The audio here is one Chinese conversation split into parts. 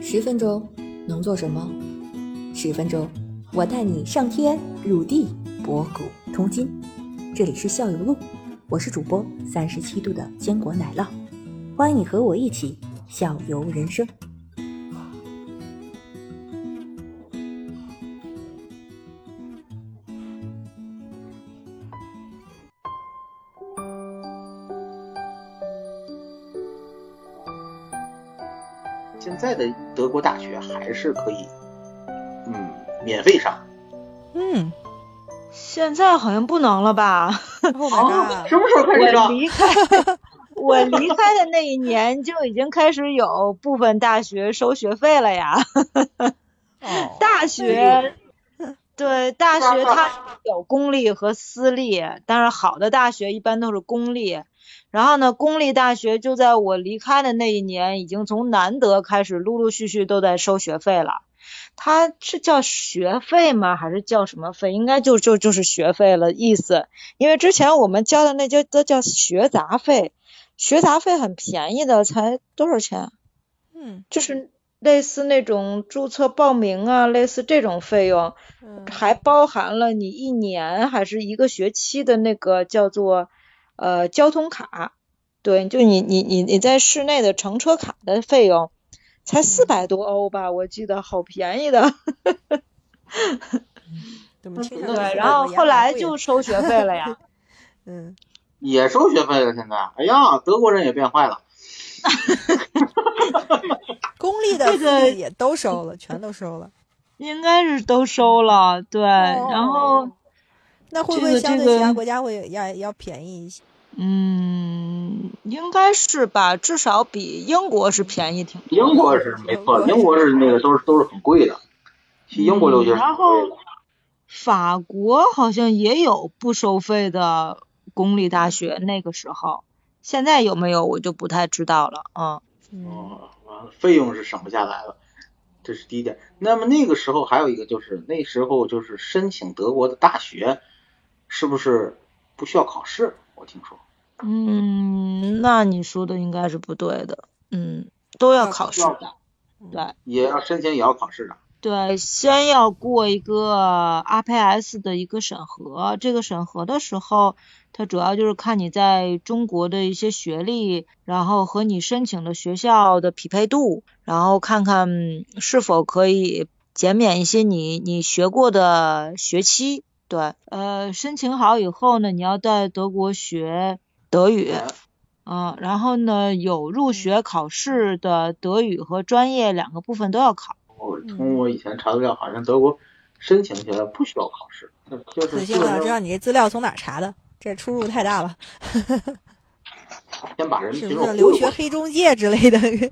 10分钟能做什么？10分钟，我带你上天入地，博古通今。这里是校友录，我是主播37度的坚果奶酪，欢迎你和我一起校游人生。 现在的德国大学还是可以，免费上。 现在好像不能了吧？ 什么时候开始上？ 我离开的那一年就已经开始有部分大学收学费了呀。大学，对，大学它有公立和私立，但是好的大学一般都是公立。然后呢，公立大学就在我离开的那一年，已经从南德开始陆陆续续都在收学费了。它是叫学费吗？还是叫什么费？应该就是学费了意思。因为之前我们交的那都叫学杂费，学杂费很便宜的，才多少钱？就是类似那种注册报名啊，类似这种费用，还包含了你一年还是一个学期的那个叫做交通卡。对，就你在市内的乘车卡的费用才400多欧吧，我记得好便宜的。对，然后后来就收学费了呀。 也收学费了现在。哎呀，德国人也变坏了。 公立的私立也都收了，全都收了。 应该是都收了，对。然后那会不会相对其他国家会要便宜一些？ 应该是吧，至少比英国是便宜挺多。 英国是没错，英国是那个都是很贵的，去英国留学是很贵的。 法国好像也有不收费的公立大学，那个时候，现在有没有我就不太知道了。 费用是省不下来了，这是第一点。那么那个时候还有一个就是，那时候就是申请德国的大学，是不是不需要考试？我听说。 那你说的应该是不对的。都要考试的。对， 也要申请，也要考试的。 对，先要过一个 RPS 的一个审核，这个审核的时候，它主要就是看你在中国的一些学历，然后和你申请的学校的匹配度，然后看看是否可以减免一些你学过的学期。对，申请好以后呢，你要在德国学德语。然后呢，有入学考试的德语和专业2个部分都要考。 从我以前查资料，好像德国申请起来不需要考试，就是可惜我想知道你这资料从哪查的，这出入太大了。 先把人是不是留学黑中介之类的？先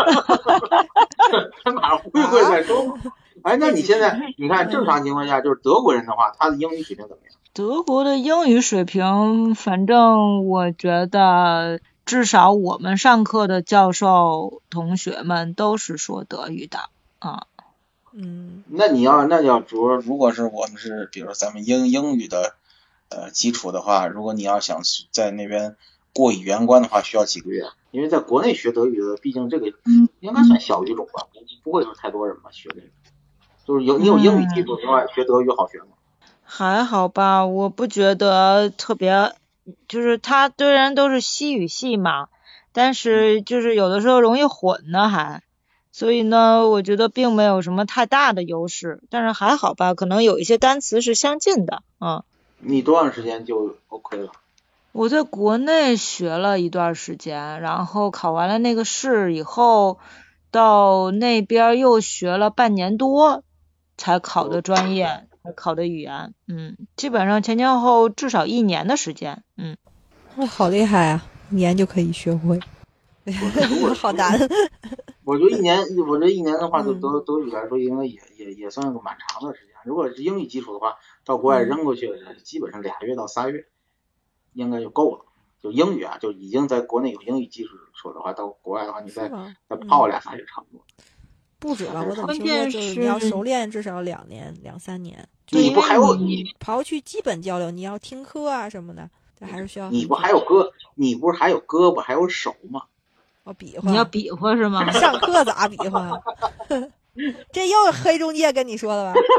把人忽悠再说。哎，那你现在你看正常情况下，就是德国人的话，他的英语水平怎么样？ 德国的英语水平，反正我觉得至少我们上课的教授同学们都是说德语的啊。 那你要如果是我们是比如说咱们英语的基础的话，如果你要想在那边过语言关的话，需要几个月？因为在国内学德语的，毕竟这个应该算小语种吧，不会有太多人吧学这个。就是你有英语基础，另外学德语好学吗？ 还好吧，我不觉得特别，就是它虽然都是西语系嘛，但是就是有的时候容易混呢还，所以呢，我觉得并没有什么太大的优势，但是还好吧，可能有一些单词是相近的。 你多长时间就 OK 了？ 我在国内学了一段时间，然后考完了那个试以后，到那边又学了半年多，才考的专业。考的语言，基本上前前后至少1年的时间， 好厉害啊！1年就可以学会，好难。 我觉得一年的话，对德语来说，应该也算个蛮长的时间。如果是英语基础的话，到国外扔过去，基本上2月到3月，应该就够了。就英语啊，就已经在国内有英语基础的话，到国外的话，你再泡2-3月差不多。 不止吧，我怎么听说就是你要熟练至少2年2-3年。 你不还有你刨去基本交流，你要听课啊什么的，这还是需要。 你不是还有胳膊还有手吗？ 比划。 你要比划是吗？ 上课咋比划？这又黑中介跟你说的吧？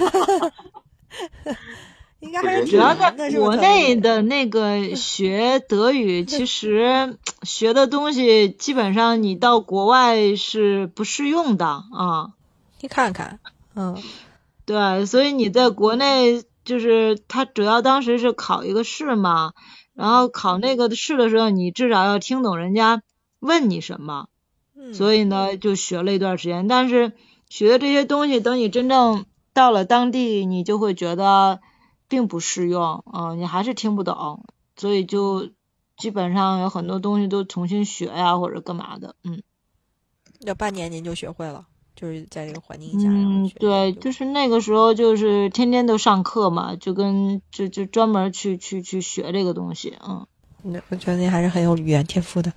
应该还是主要在国内的那个学德语，其实学的东西基本上你到国外是不适用的啊。 你看看， 对，所以你在国内就是他主要当时是考一个试嘛，然后考那个试的时候，你至少要听懂人家问你什么，所以呢就学了一段时间，但是学的这些东西，等你真正到了当地，你就会觉得并不适用，你还是听不懂，所以就基本上有很多东西都重新学呀，或者干嘛的， 要半年您就学会了，就是在这个环境下。 对，就是那个时候就是天天都上课嘛，就专门去学这个东西， 我觉得您还是很有语言天赋的。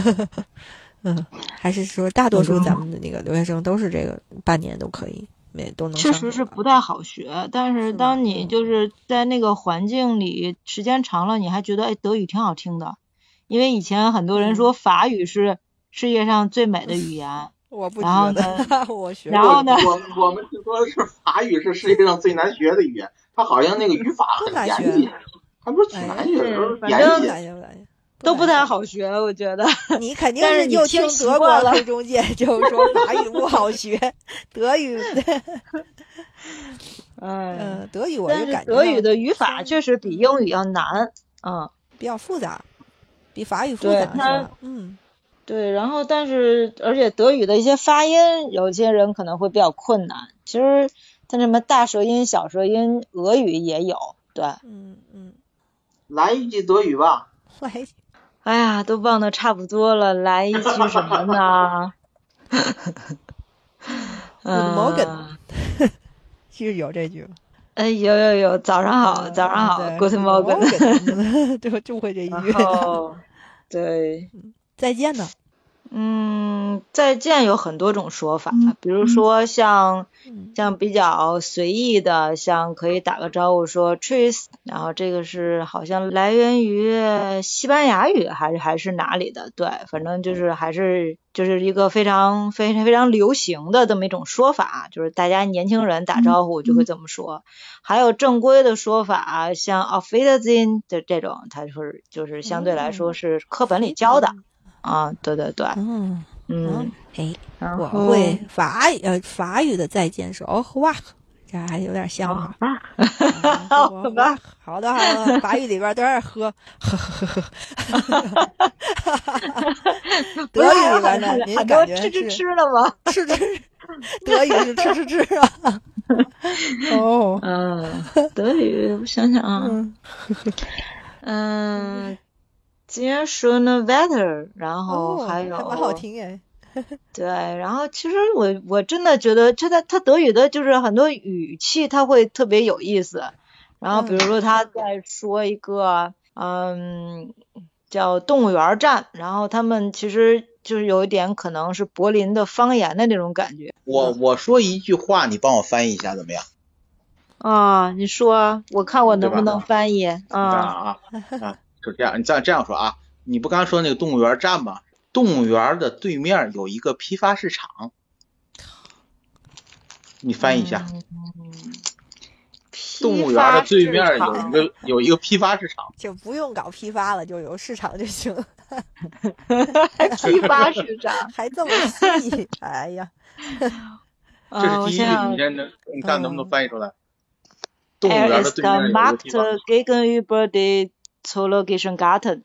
还是说大多数咱们的那个留学生都是这个半年都可以，都能上。 确实是不太好学，但是当你就是在那个环境里时间长了，你还觉得德语挺好听的，因为以前很多人说法语是世界上最美的语言。 我不觉得， 我学。然后呢， 我们听说的是法语是世界上最难学的语言，它好像那个语法很严谨，还不是挺难学的， 反正都不太好学，我觉得。 你肯定是又听德国的中介就说法语不好学，德语。德语我就感觉德语的语法确实比英语要难， 比较复杂，比法语复杂是吧？ 对，然后而且德语的一些发音，有些人可能会比较困难。其实它什么大舌音、小舌音，俄语也有。对， 来一句德语吧。 哎呀，都忘得差不多了，来一句什么呢 ？Good morning， 其实有这句吗？ 有，早上好，早上好 ，Good morning， 对，就会这一句。 对。 再见呢？ 再见有很多种说法，比如说像比较随意的，像可以打个招呼说 Tschüss， 然后这个是好像来源于西班牙语还是哪里的，对，反正就是还是就是一个非常非常非常流行的这么一种说法，就是大家年轻人打招呼就会这么说。还有正规的说法，像 Auf Wiedersehen 的这种，它就是相对来说是课本里教的。对， 我会法语的再见是au revoir，这还有点像吧？好的，法语里边都是喝，德语里边呢，您感觉是吃了吗？ 吃，德语是吃啊。 德语我想想今天说呢 weather， 然后还有还蛮好听哎。 对，然后其实我真的觉得他德语的就是很多语气他会特别有意思，然后比如说他在说一个叫动物园站，然后他们其实就是有一点可能是柏林的方言的那种感觉。 我说一句话，你帮我翻译一下怎么样？ 你说，我看我能不能翻译就这样，你这样说啊，你不刚说那个动物园站吗？动物园的对面有一个批发市场，你翻译一下。动物园的对面有一个批发市场， 就不用搞批发了，就有市场就行。 批发市场还这么细，哎呀！ 这是第一句，你看能不能翻译出来？动物园的对面有一个批发市场。 gegenüber die Zoologischen Garten。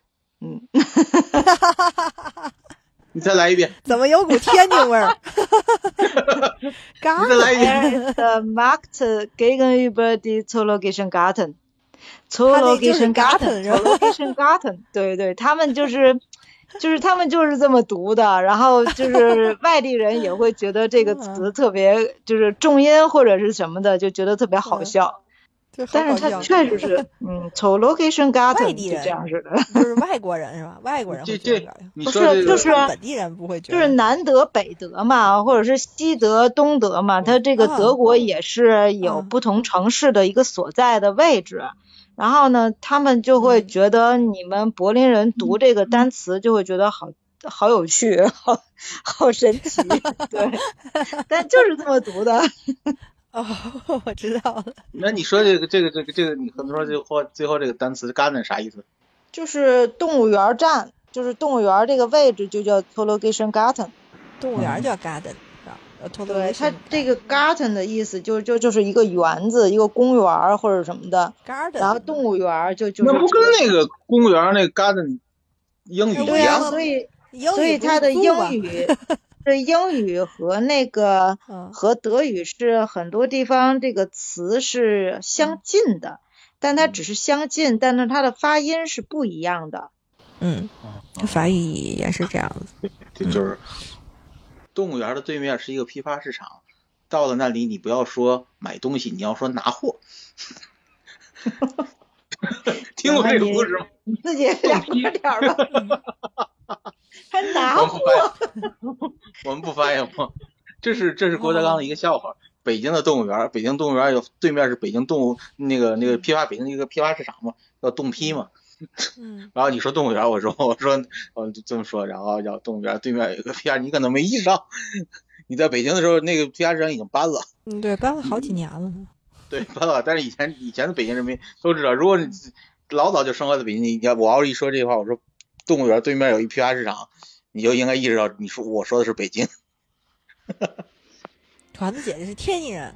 你再来一遍。 怎么有股天津味儿？ 你再来一遍。 The Markt gegenüber die Zoologischen Garten。Zoologischen Garten， 对，他们就是这么读的，然后就是外地人也会觉得这个词特别就是重音或者是什么的，就觉得特别好笑。但是他确实是，Zoologischen Garten 就这样似的， 就是外国人是吧？外国人会觉得不是， 就是本地人不会觉得， 就是南德、北德嘛，或者是西德、东德嘛，它这个德国也是有不同城市的一个所在的位置。然后呢，他们就会觉得你们柏林人读这个单词就会觉得好好有趣，好神奇，对，但就是这么读的。 哦，我知道了。 那你说这个，你很多说最后这个单词 garden 啥意思？ 就是动物园站，就是动物园这个位置就叫 zoological garden。 动物园叫 garden， 对，它这个 garden 的意思就是一个园子，一个公园或者什么的。 garden， 然后动物园就是那不跟那个公园那个 garden 英语一样？ 所以它的英语这英语和那个和德语是很多地方这个词是相近的，但它只是相近，但是它的发音是不一样的。 法语也是这样子。 对，就是动物园的对面是一个批发市场，到了那里你不要说买东西，你要说拿货。听过这个故事吗？ 你自己俩点吧。还拿货？ 我们不发言吗？这是郭德纲的一个笑话。北京的动物园，北京动物园有对面是北京动物那个批发，北京一个批发市场嘛，叫动批嘛。然后你说动物园，我说就这么说，然后叫动物园对面有一个批发，你可能没意识到，你在北京的时候那个批发市场已经搬了。 对，搬了好几年了呢。 对，搬了，但是以前的北京人民都知道，如果你老早就生活在北京，我要是一说这句话，我说动物园对面有一批发市场，你就应该意识到，我说的是北京。 团子姐姐是天津人。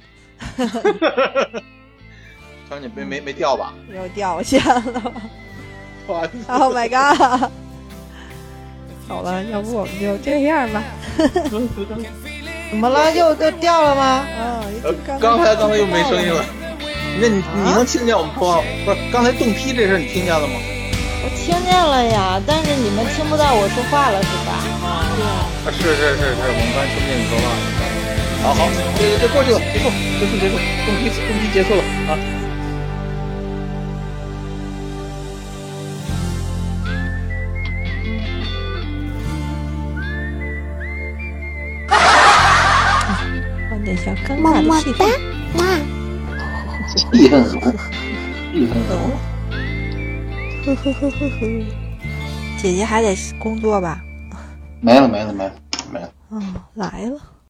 团子姐没掉吧？ 又掉下了。Oh my god！ 好了，要不我们就这样吧。 怎么了？又掉了吗？ 刚才又没声音了。那你能听见我们说话？不是，刚才动批这事你听见了吗？ 我听见了呀，但是你们听不到我说话了是吧？ 是，我们刚才听不见你说话了。好，这过去了，结束，动批结束了啊。 那小尴尬的气氛， 气氛姐姐还得工作吧？ 没了。 来了。